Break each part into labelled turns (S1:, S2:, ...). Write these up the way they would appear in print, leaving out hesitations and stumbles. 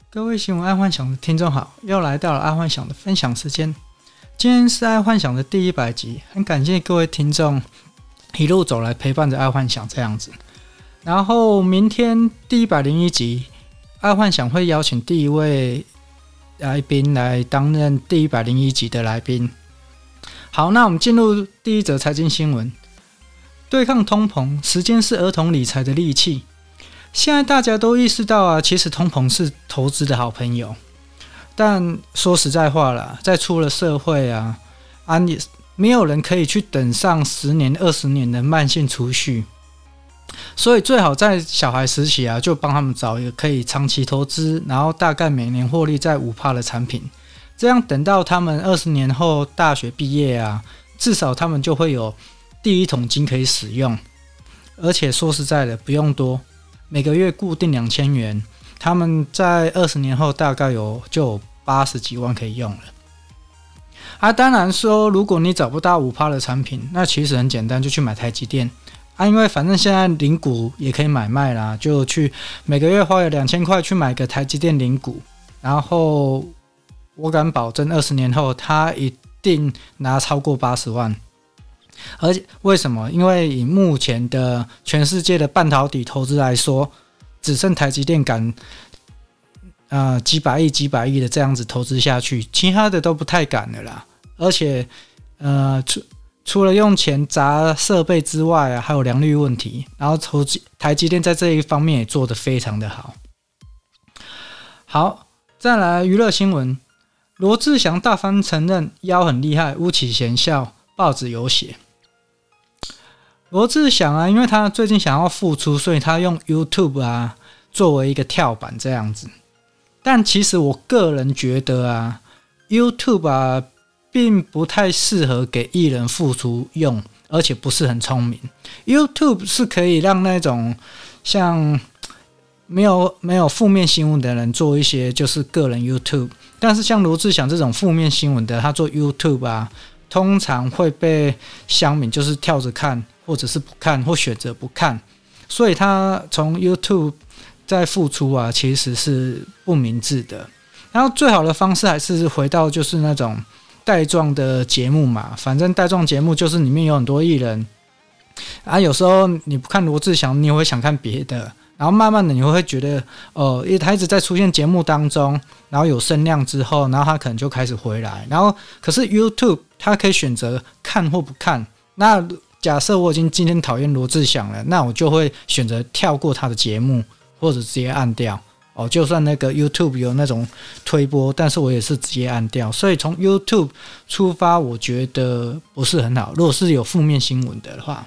S1: 各位新闻爱幻想的听众好，又来到了爱幻想的分享时间。今天是爱幻想的第100集，很感谢各位听众一路走来陪伴着爱幻想这样子。然后明天第101集，爱幻想会邀请第一位来宾来担任第101集的来宾。好，那我们进入第一则财经新闻。对抗通膨，时间是儿童理财的利器。现在大家都意识到啊，其实通膨是投资的好朋友。但说实在话啦，在出了社会啊，没有人可以去等上10年、20年的慢性储蓄。所以最好在小孩时期啊，就帮他们找一个可以长期投资，然后大概每年获利在 5% 的产品。这样等到他们20年后大学毕业啊，至少他们就会有第一桶金可以使用。而且说实在的，不用多。每个月固定2000元，他们在20年后大概就有80几万可以用了。当然说，如果你找不到 5% 的产品，那其实很简单，就去买台积电。因为反正现在零股也可以买卖啦，就去每个月花个2000块去买个台积电零股，然后我敢保证20年后他一定拿超过80万。而且为什么？因为以目前的全世界的半导体投资来说，只剩台积电敢几百亿的这样子投资下去，其他的都不太敢了啦。而且除了用钱砸设备之外啊，还有良率问题。然后台积电在这一方面也做得非常的好。好，再来娱乐新闻，罗志祥大方承认腰很厉害，巫启贤笑，报纸有写。罗志祥啊，因为他最近想要复出，所以他用 YouTube 啊作为一个跳板这样子。但其实我个人觉得啊 ，YouTube 啊并不太适合给艺人复出用，而且不是很聪明。YouTube 是可以让那种像没有负面新闻的人做一些就是个人 YouTube， 但是像罗志祥这种负面新闻的，他做 YouTube 啊，通常会被乡民就是跳着看，或者是不看，或选择不看，所以他从 YouTube 再复出啊，其实是不明智的。然后最好的方式还是回到就是那种带状的节目嘛，反正带状节目就是里面有很多艺人啊，有时候你不看罗志祥，你也会想看别的，然后慢慢的你会觉得因为他一直在出现节目当中，然后有声量之后，然后他可能就开始回来。然后可是 YouTube 他可以选择看或不看，那假设我已经今天讨厌罗志祥了，那我就会选择跳过他的节目，或者直接按掉。就算那个 YouTube 有那种推播，但是我也是直接按掉。所以从 YouTube 出发，我觉得不是很好。如果是有负面新闻的话，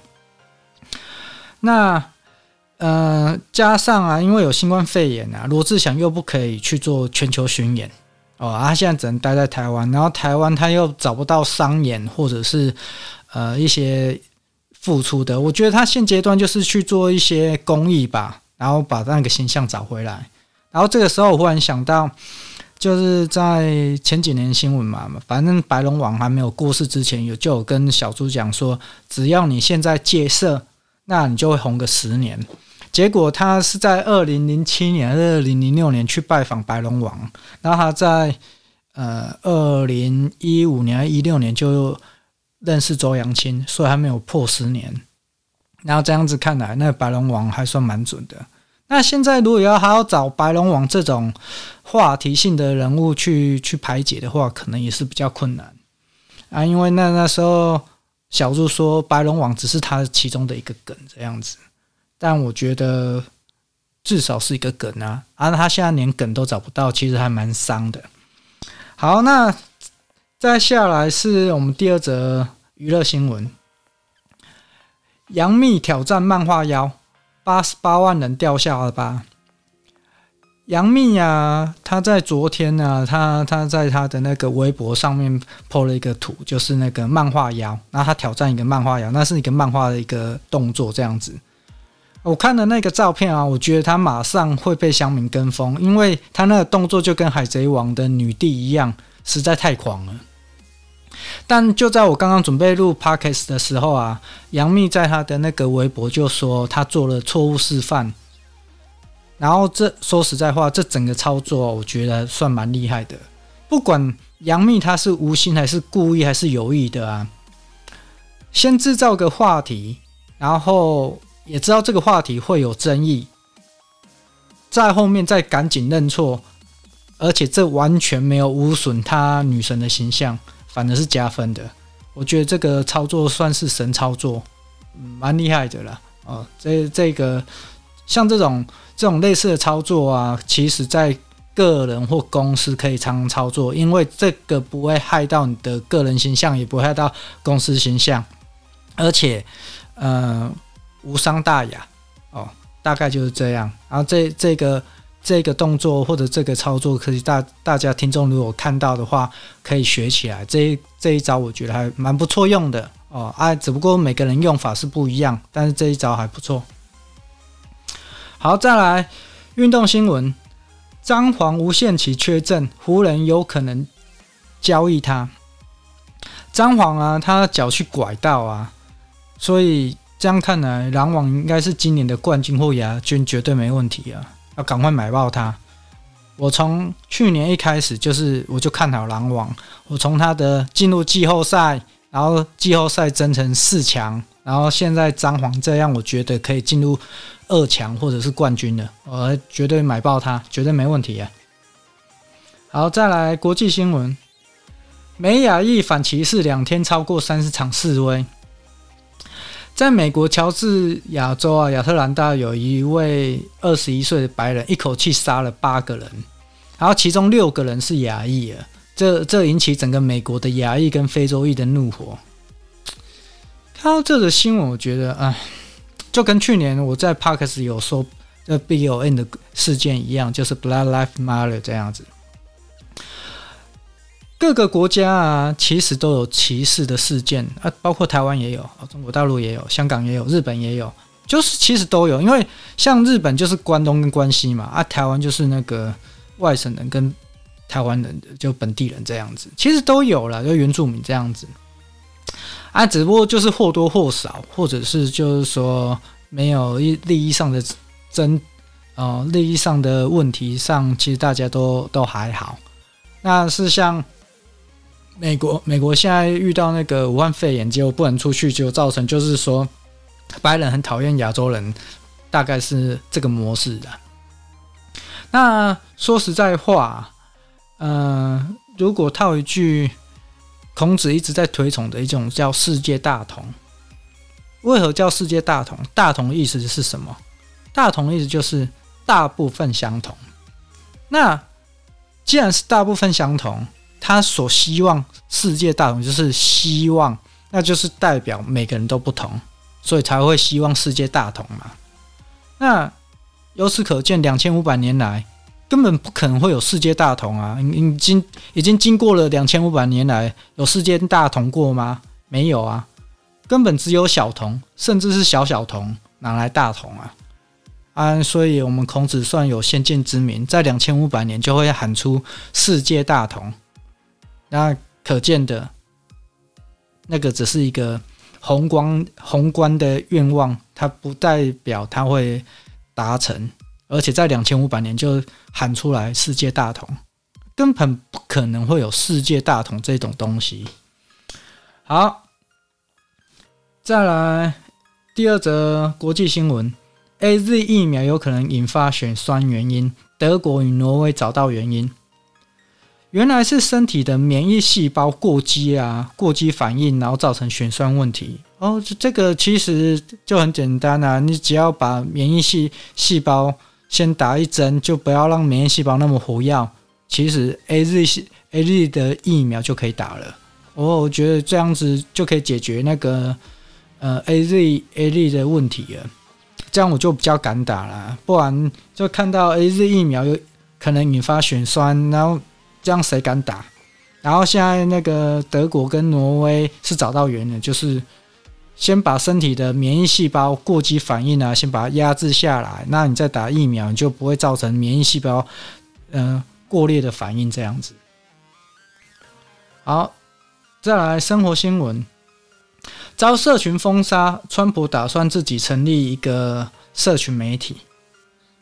S1: 那加上啊，因为有新冠肺炎啊，罗志祥又不可以去做全球巡演他现在只能待在台湾，然后台湾他又找不到商演或者是一些付出的，我觉得他现阶段就是去做一些公益吧，然后把那个形象找回来。然后这个时候我忽然想到，就是在前几年新闻嘛，反正白龙王还没有过世之前，就有跟小猪讲说，只要你现在戒色，那你就会红个10年。结果他是在2007年、2006年去拜访白龙王，然后他在2015年、16年就认识周扬青，所以还没有破10年。然后这样子看来，那个白龙王还算蛮准的。那现在如果还要找白龙王这种话题性的人物去排解的话，可能也是比较困难啊，因为那时候小猪说白龙王只是他其中的一个梗这样子，但我觉得至少是一个梗啊，他现在连梗都找不到，其实还蛮伤的。好，那再下来是我们第2则娱乐新闻，杨幂挑战漫画妖，88万人掉下了吧。杨幂啊，她在昨天啊，她在她的那个微博上面 po 了一个图，就是那个漫画妖，然后她挑战一个漫画妖，那是一个漫画的一个动作这样子。我看了那个照片啊，我觉得她马上会被乡民跟风，因为她那个动作就跟海贼王的女帝一样，实在太狂了。但就在我刚刚准备录 Podcast 的时候啊，杨幂在她的那个微博就说她做了错误示范。 然后说实在话，这整个操作我觉得算蛮厉害的。不管杨幂她是无心还是故意还是有意的啊，先制造个话题，然后也知道这个话题会有争议，在后面再赶紧认错，而且这完全没有污损她女神的形象，反而是加分的。我觉得这个操作算是神操作，蛮厉害的啦。这个像这种类似的操作啊，其实在个人或公司可以常常操作，因为这个不会害到你的个人形象，也不会害到公司形象，而且无伤大雅大概就是这样。然后这个动作或者这个操作，可以大家听众如果看到的话，可以学起来。这一招我觉得还蛮不错用的只不过每个人用法是不一样，但是这一招还不错。好，再来运动新闻，张皇无限期缺阵，湖人有可能交易他。张皇啊，他脚去拐到啊，所以这样看来，篮网应该是今年的冠军或亚军绝对没问题啊，要赶快买爆他。我从去年一开始我就看好篮网，我从他的进入季后赛，然后季后赛争成4强，然后现在张皇这样，我觉得可以进入2强或者是冠军的，我绝对买爆他，绝对没问题啊。好，再来国际新闻，美亚裔反歧视2天超过30场示威。在美国乔治亚州亚特兰大有一位21岁的白人一口气杀了8个人，然后其中6个人是亚裔了，这引起整个美国的亚裔跟非洲裔的怒火。看到这个新闻，我觉得就跟去年我在 Podcast 有说这 BLM 的事件一样，就是 Black Lives Matter 这样子。各个国家啊，其实都有歧视的事件包括台湾也有，中国大陆也有，香港也有，日本也有，就是其实都有。因为像日本就是关东跟关西嘛，台湾就是那个外省人跟台湾人就本地人这样子，其实都有啦，就原住民这样子只不过就是或多或少，或者是就是说没有利益上的利益上的问题上，其实大家都还好。那是像美国现在遇到那个武汉肺炎，结果不能出去，就造成就是说白人很讨厌亚洲人，大概是这个模式的。那说实在话，如果套一句孔子一直在推崇的一种叫世界大同，为何叫世界大同？大同的意思是什么？大同的意思就是大部分相同。那既然是大部分相同，他所希望世界大同就是希望，那就是代表每个人都不同，所以才会希望世界大同嘛。那由此可见，2500年来根本不可能会有世界大同啊！已经经过了2500年来，有世界大同过吗？没有啊，根本只有小同，甚至是小同，哪来大同啊？所以我们孔子算有先见之明，在2500年就会喊出世界大同。那可见的那个只是一个宏观的愿望，它不代表它会达成，而且在2500年就喊出来世界大同，根本不可能会有世界大同这种东西。好，再来第二则国际新闻， AZ 疫苗有可能引发血栓原因，德国与挪威找到原因。原来是身体的免疫细胞过激反应，然后造成血栓问题。这个其实就很简单啊，你只要把免疫细胞先打一针，就不要让免疫细胞那么活跃，其实 AZ 的疫苗就可以打了。我觉得这样子就可以解决那个AZ 的问题了，这样我就比较敢打了。不然就看到 AZ 疫苗有可能引发血栓，然后这样谁敢打？然后现在那个德国跟挪威是找到原因，就是先把身体的免疫细胞过激反应先把它压制下来，那你再打疫苗，你就不会造成免疫细胞过烈的反应这样子。好，再来生活新闻，遭社群封杀，川普打算自己成立一个社群媒体。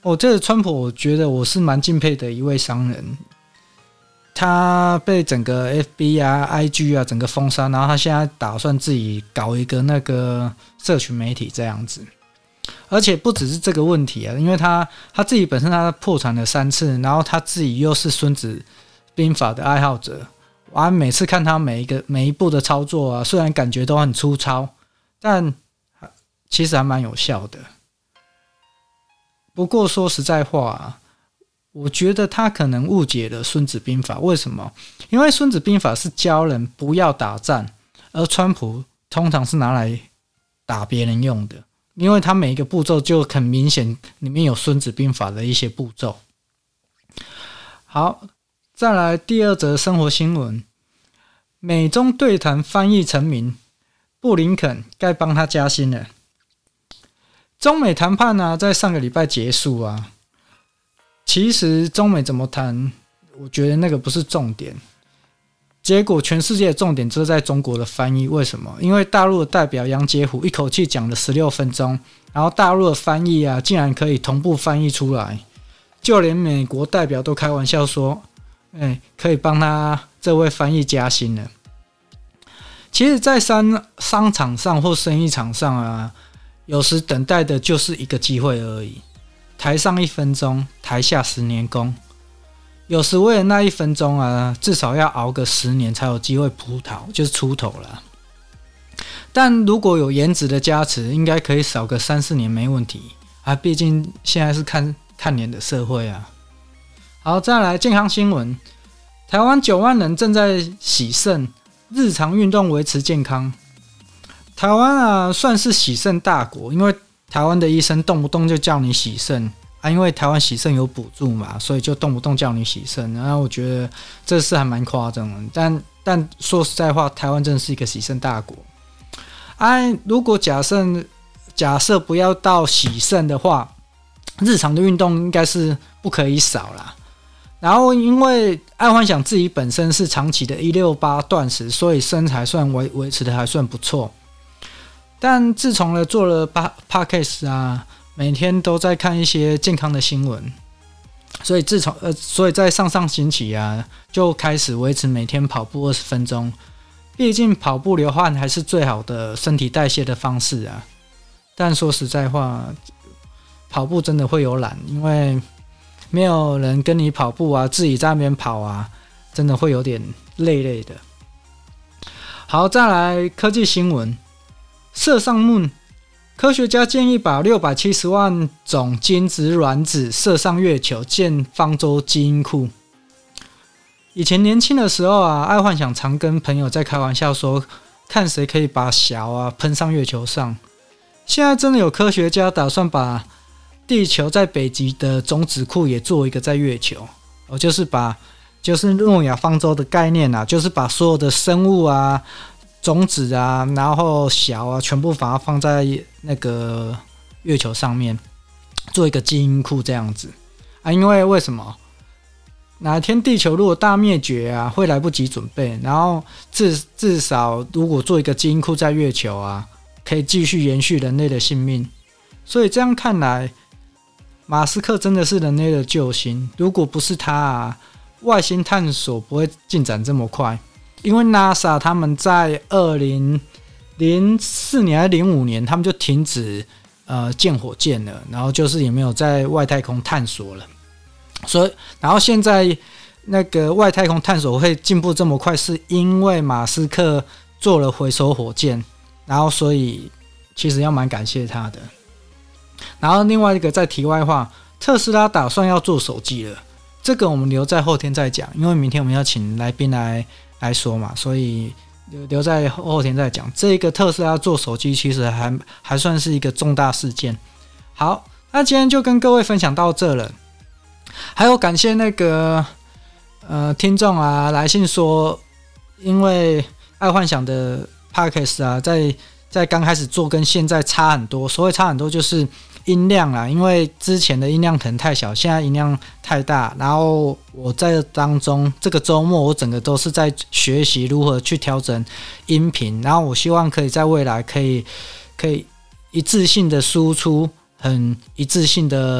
S1: 这个川普我觉得我是蛮敬佩的一位商人，他被整个 FB 啊 IG 啊整个封杀，然后他现在打算自己搞一个那个社群媒体这样子。而且不只是这个问题啊，因为他自己本身他破产了3次，然后他自己又是孙子兵法的爱好者，每次看他每一步的操作啊，虽然感觉都很粗糙，但其实还蛮有效的。不过说实在话啊，我觉得他可能误解了孙子兵法。为什么？因为孙子兵法是教人不要打战，而川普通常是拿来打别人用的，因为他每一个步骤就很明显里面有孙子兵法的一些步骤。好，再来第2则生活新闻，美中对谈翻译成名，布林肯该帮他加薪了。中美谈判啊，在上个礼拜结束啊。其实中美怎么谈，我觉得那个不是重点。结果全世界的重点就是在中国的翻译。为什么？因为大陆的代表杨洁篪一口气讲了16分钟，然后大陆的翻译啊，竟然可以同步翻译出来，就连美国代表都开玩笑说，可以帮他这位翻译加薪了。其实，在商场上或生意场上啊，有时等待的就是一个机会而已。台上1分钟，台下10年功。有时为了那1分钟啊，至少要熬个10年才有机会扑头，就是出头了。但如果有颜值的加持，应该可以少个3-4年没问题啊。毕竟现在是看脸的社会啊。好，再来健康新闻，台湾9万人正在洗肾，日常运动维持健康。台湾啊，算是洗肾大国，因为台湾的医生动不动就叫你洗肾啊，因为台湾洗肾有补助嘛，所以就动不动叫你洗肾。然后我觉得这事还蛮夸张的，但说实在话，台湾真的是一个洗肾大国。如果假设不要到洗肾的话，日常的运动应该是不可以少啦。然后因为爱幻想自己本身是长期的168断食，所以身材算维持的还算不错。但自从做了 Podcast 啊，每天都在看一些健康的新闻，所以在上星期啊，就开始维持每天跑步20分钟。毕竟跑步流汗还是最好的身体代谢的方式啊。但说实在话，跑步真的会有懒，因为没有人跟你跑步啊，自己在那边跑啊，真的会有点累的。好，再来科技新闻。射上 Moon， 科学家建议把670万种精子卵子射上月球，建方舟基因库。以前年轻的时候啊，爱幻想常跟朋友在开玩笑说，看谁可以把小啊喷上月球上。现在真的有科学家打算把地球在北极的种子库也做一个在月球，就是诺亚方舟的概念啊，就是把所有的生物啊、种子啊，然后小啊，全部把它放在那个月球上面，做一个基因库这样子啊。因为为什么？哪天地球如果大灭绝啊，会来不及准备，然后至少如果做一个基因库在月球啊，可以继续延续人类的性命。所以这样看来，马斯克真的是人类的救星。如果不是他啊，外星探索不会进展这么快。因为 NASA 他们在2004年还是05年，他们就停止建火箭了，然后就是也没有在外太空探索了。所以，然后现在那个外太空探索会进步这么快，是因为马斯克做了回收火箭，然后所以其实要蛮感谢他的。然后另外一个在题外话，特斯拉打算要做手机了，这个我们留在后天再讲，因为明天我们要请来宾来说嘛，所以留在后天再讲。这个特斯拉做手机其实还算是一个重大事件。好，那今天就跟各位分享到这了。还有感谢那个听众啊来信说，因为爱幻想的 Podcast 啊，在刚开始做跟现在差很多。所谓差很多就是音量啦，因为之前的音量可能太小，现在音量太大。然后我在当中这个周末我整个都是在学习如何去调整音频，然后我希望可以在未来可以一致性的输出，很一致性的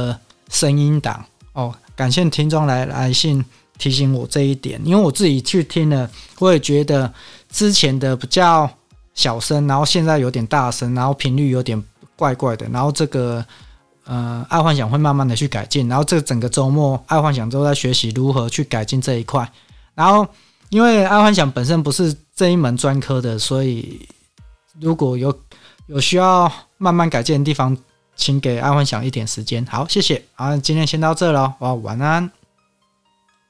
S1: 声音档哦。感谢听众来信提醒我这一点，因为我自己去听了，我也觉得之前的比较小声，然后现在有点大声，然后频率有点怪怪的，然后这个爱幻想会慢慢的去改进，然后这整个周末爱幻想都在学习如何去改进这一块。然后因为爱幻想本身不是这一门专科的，所以如果有需要慢慢改进的地方，请给爱幻想一点时间。好，谢谢。好，今天先到这咯，晚安。